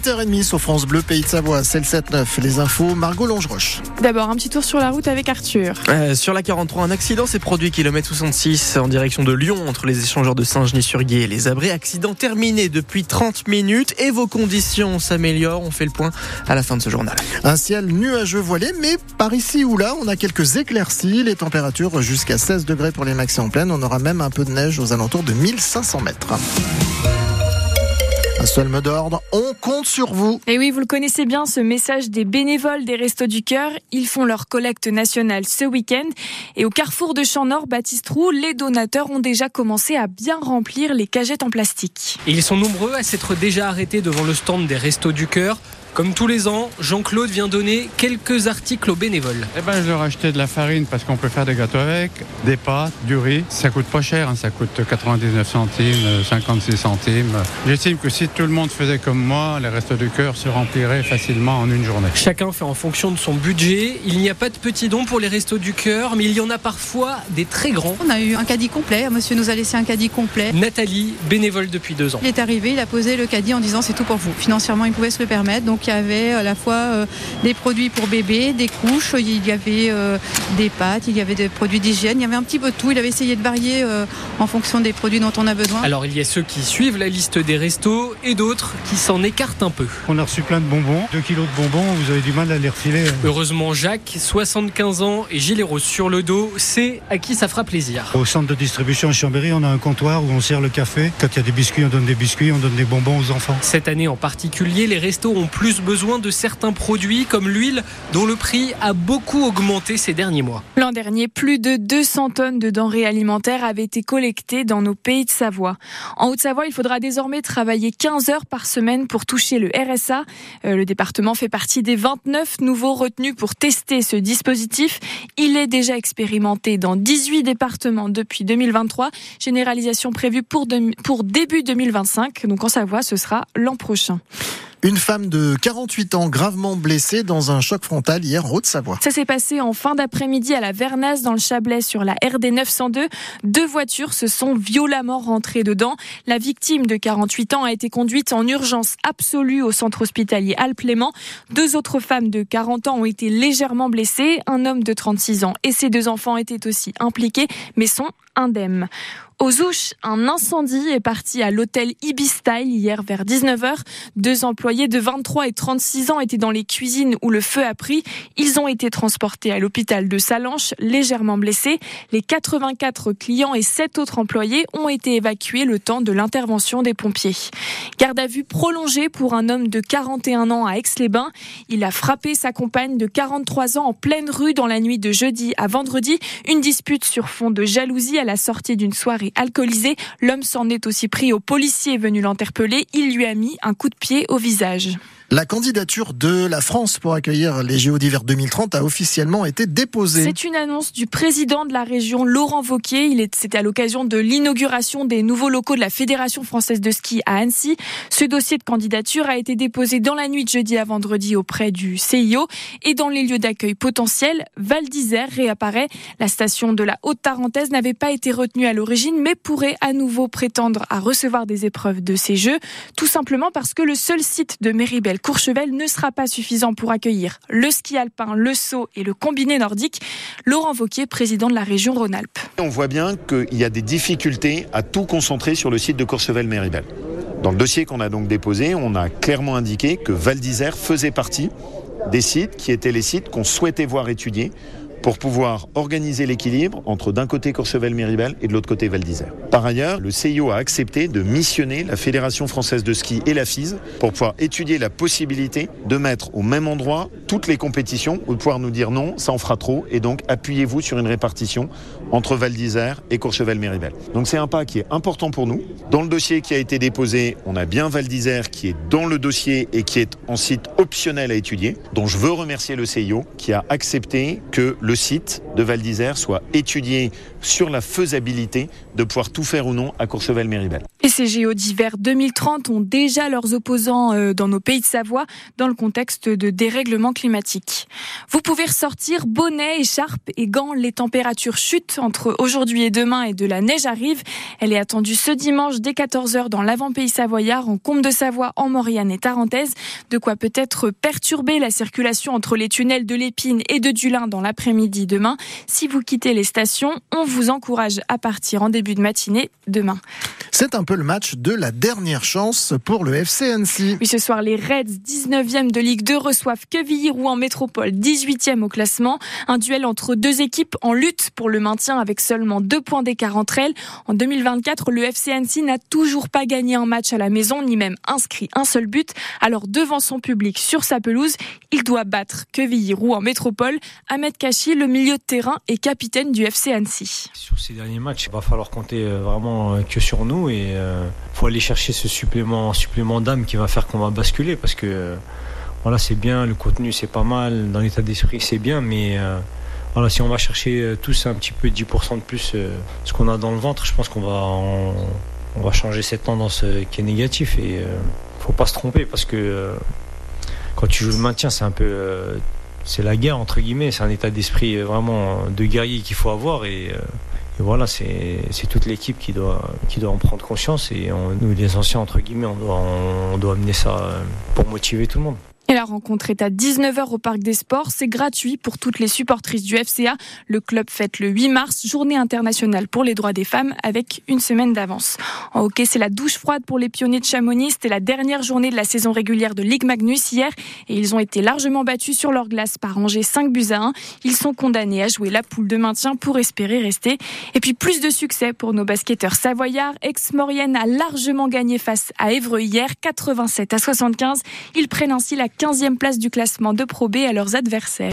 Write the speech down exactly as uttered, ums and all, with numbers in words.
huit heures trente sur France Bleu, Pays de Savoie, c'est le sept neuf. Les infos, Margot Longeroche. D'abord, un petit tour sur la route avec Arthur. Euh, sur la quarante-trois, un accident s'est produit, kilomètre soixante-six, en direction de Lyon, entre les échangeurs de Saint-Genis-sur-Guiers et les Abrets. Accident terminé depuis trente minutes et vos conditions s'améliorent. On fait le point à la fin de ce journal. Un ciel nuageux voilé, mais par ici ou là, on a quelques éclaircies. Les températures jusqu'à seize degrés pour les maxi en pleine. On aura même un peu de neige aux alentours de mille cinq cents mètres. Un seul mot d'ordre, on compte sur vous. Et oui, vous le connaissez bien, ce message des bénévoles des Restos du Cœur. Ils font leur collecte nationale ce week-end. Et au carrefour de Champ-Nord, Baptiste Roux, les donateurs ont déjà commencé à bien remplir les cagettes en plastique. Et ils sont nombreux à s'être déjà arrêtés devant le stand des Restos du Cœur. Comme tous les ans, Jean-Claude vient donner quelques articles aux bénévoles. Eh ben, je leur ai acheté de la farine parce qu'on peut faire des gâteaux avec, des pâtes, du riz. Ça coûte pas cher, hein, ça coûte quatre-vingt-dix-neuf centimes, cinquante-six centimes. J'estime que si tout le monde faisait comme moi, les Restos du Cœur se rempliraient facilement en une journée. Chacun fait en fonction de son budget. Il n'y a pas de petits dons pour les Restos du Cœur, mais il y en a parfois des très grands. On a eu un caddie complet, monsieur nous a laissé un caddie complet. Nathalie, bénévole depuis deux ans. Il est arrivé, il a posé le caddie en disant c'est tout pour vous. Financièrement, il pouvait se le permettre, donc il y avait à la fois euh, des produits pour bébés, des couches, il y avait euh, des pâtes, il y avait des produits d'hygiène, il y avait un petit peu de tout. Il avait essayé de varier euh, en fonction des produits dont on a besoin. Alors il y a ceux qui suivent la liste des restos et d'autres qui s'en écartent un peu. On a reçu plein de bonbons, deux kilos de bonbons, vous avez du mal à les refiler. Heureusement Jacques, soixante-quinze ans et gilet rose sur le dos, c'est à qui ça fera plaisir. Au centre de distribution à Chambéry, on a un comptoir où on sert le café. Quand il y a des biscuits, on donne des biscuits, on donne des bonbons aux enfants. Cette année en particulier, les restos ont plus besoin de certains produits comme l'huile dont le prix a beaucoup augmenté ces derniers mois. L'an dernier, plus de deux cents tonnes de denrées alimentaires avaient été collectées dans nos Pays de Savoie. En Haute-Savoie, il faudra désormais travailler quinze heures par semaine pour toucher le R S A. Euh, le département fait partie des vingt-neuf nouveaux retenus pour tester ce dispositif. Il est déjà expérimenté dans dix-huit départements depuis deux mille vingt-trois. Généralisation prévue pour, de, pour début deux mille vingt-cinq. Donc en Savoie, ce sera l'an prochain. Une femme de quarante-huit ans gravement blessée dans un choc frontal hier en Haute-Savoie. Ça s'est passé en fin d'après-midi à la Vernasse dans le Chablais sur la R D neuf cent deux. Deux voitures se sont violemment rentrées dedans. La victime de quarante-huit ans a été conduite en urgence absolue au centre hospitalier Alpes-Léman. Deux autres femmes de quarante ans ont été légèrement blessées. Un homme de trente-six ans et ses deux enfants étaient aussi impliqués mais sont indemnes. Aux Ouches, un incendie est parti à l'hôtel Ibis-Style hier vers dix-neuf heures. Deux employés de vingt-trois et trente-six ans étaient dans les cuisines où le feu a pris. Ils ont été transportés à l'hôpital de Sallanches, légèrement blessés. Les quatre-vingt-quatre clients et sept autres employés ont été évacués le temps de l'intervention des pompiers. Garde à vue prolongée pour un homme de quarante et un ans à Aix-les-Bains. Il a frappé sa compagne de quarante-trois ans en pleine rue dans la nuit de jeudi à vendredi. Une dispute sur fond de jalousie à la sortie d'une soirée alcoolisé. L'homme s'en est aussi pris au policier venu l'interpeller. Il lui a mis un coup de pied au visage. La candidature de la France pour accueillir les J O d'hiver deux mille trente a officiellement été déposée. C'est une annonce du président de la région, Laurent Wauquiez. Il est, c'était à l'occasion de l'inauguration des nouveaux locaux de la Fédération française de ski à Annecy. Ce dossier de candidature a été déposé dans la nuit de jeudi à vendredi auprès du C I O. Et dans les lieux d'accueil potentiels, Val d'Isère réapparaît. La station de la Haute-Tarentaise n'avait pas été retenue à l'origine, mais pourrait à nouveau prétendre à recevoir des épreuves de ces Jeux. Tout simplement parce que le seul site de Méribel Courchevel ne sera pas suffisant pour accueillir le ski alpin, le saut et le combiné nordique. Laurent Wauquiez, président de la région Rhône-Alpes. On voit bien qu'il y a des difficultés à tout concentrer sur le site de Courchevel-Méribel. Dans le dossier qu'on a donc déposé, on a clairement indiqué que Val d'Isère faisait partie des sites qui étaient les sites qu'on souhaitait voir étudiés pour pouvoir organiser l'équilibre entre d'un côté Courchevel-Méribel et de l'autre côté Val d'Isère. Par ailleurs, le C I O a accepté de missionner la Fédération française de ski et la F I S pour pouvoir étudier la possibilité de mettre au même endroit toutes les compétitions ou de pouvoir nous dire non, ça en fera trop et donc appuyez-vous sur une répartition entre Val d'Isère et Courchevel-Méribel. Donc c'est un pas qui est important pour nous. Dans le dossier qui a été déposé, on a bien Val d'Isère qui est dans le dossier et qui est en site optionnel à étudier, dont je veux remercier le C I O qui a accepté que le site de Val d'Isère soit étudiée sur la faisabilité de pouvoir tout faire ou non à Courchevel-Méribel. Et ces J O d'hiver deux mille trente ont déjà leurs opposants dans nos pays de Savoie dans le contexte de dérèglement climatique. Vous pouvez ressortir bonnet, écharpe et gants. Les températures chutent entre aujourd'hui et demain et de la neige arrive. Elle est attendue ce dimanche dès quatorze heures dans l'avant-pays savoyard, en Combe de Savoie, en Maurienne et Tarentaise. De quoi peut-être perturber la circulation entre les tunnels de l'Épine et de Dulin dans l'après-midi demain. Si vous quittez les stations, on vous encourage à partir en début de matinée demain. C'est un peu le match de la dernière chance pour le F C Annecy. Oui, ce soir, les Reds, dix-neuvième de Ligue deux, reçoivent Quevilly-Rouen Métropole, dix-huitième au classement. Un duel entre deux équipes en lutte pour le maintien avec seulement deux points d'écart entre elles. En deux mille vingt-quatre, le F C Annecy n'a toujours pas gagné un match à la maison, ni même inscrit un seul but. Alors, devant son public sur sa pelouse, il doit battre Quevilly-Rouen Métropole. Ahmed Kachi, le milieu de terrain et capitaine du F C Annecy. Sur ces derniers matchs, il va falloir compter vraiment que sur nous et euh, faut aller chercher ce supplément, supplément d'âme qui va faire qu'on va basculer parce que euh, voilà, c'est bien, le contenu c'est pas mal, dans l'état d'esprit c'est bien, mais euh, voilà, si on va chercher euh, tous un petit peu dix pour cent de plus euh, ce qu'on a dans le ventre, je pense qu'on va, on, on va changer cette tendance euh, qui est négative et euh, faut pas se tromper parce que euh, quand tu joues le maintien, c'est un peu euh, c'est la guerre entre guillemets, c'est un état d'esprit vraiment de guerrier qu'il faut avoir et euh, Et voilà, c'est, c'est toute l'équipe qui doit, qui doit en prendre conscience et on, nous, les anciens, entre guillemets, on doit, on doit amener ça pour motiver tout le monde. Et la rencontre est à dix-neuf heures au Parc des Sports. C'est gratuit pour toutes les supportrices du F C A. Le club fête le huit mars, journée internationale pour les droits des femmes, avec une semaine d'avance. En hockey, c'est la douche froide pour les pionniers de Chamonix. C'était la dernière journée de la saison régulière de Ligue Magnus hier. Et ils ont été largement battus sur leur glace par Angers cinq buts à un. Ils sont condamnés à jouer la poule de maintien pour espérer rester. Et puis plus de succès pour nos basketteurs savoyards. Aix-Maurienne a largement gagné face à Évreux hier, quatre-vingt-sept à soixante-quinze. Ils prennent ainsi la quinzième place du classement de Pro B à leurs adversaires.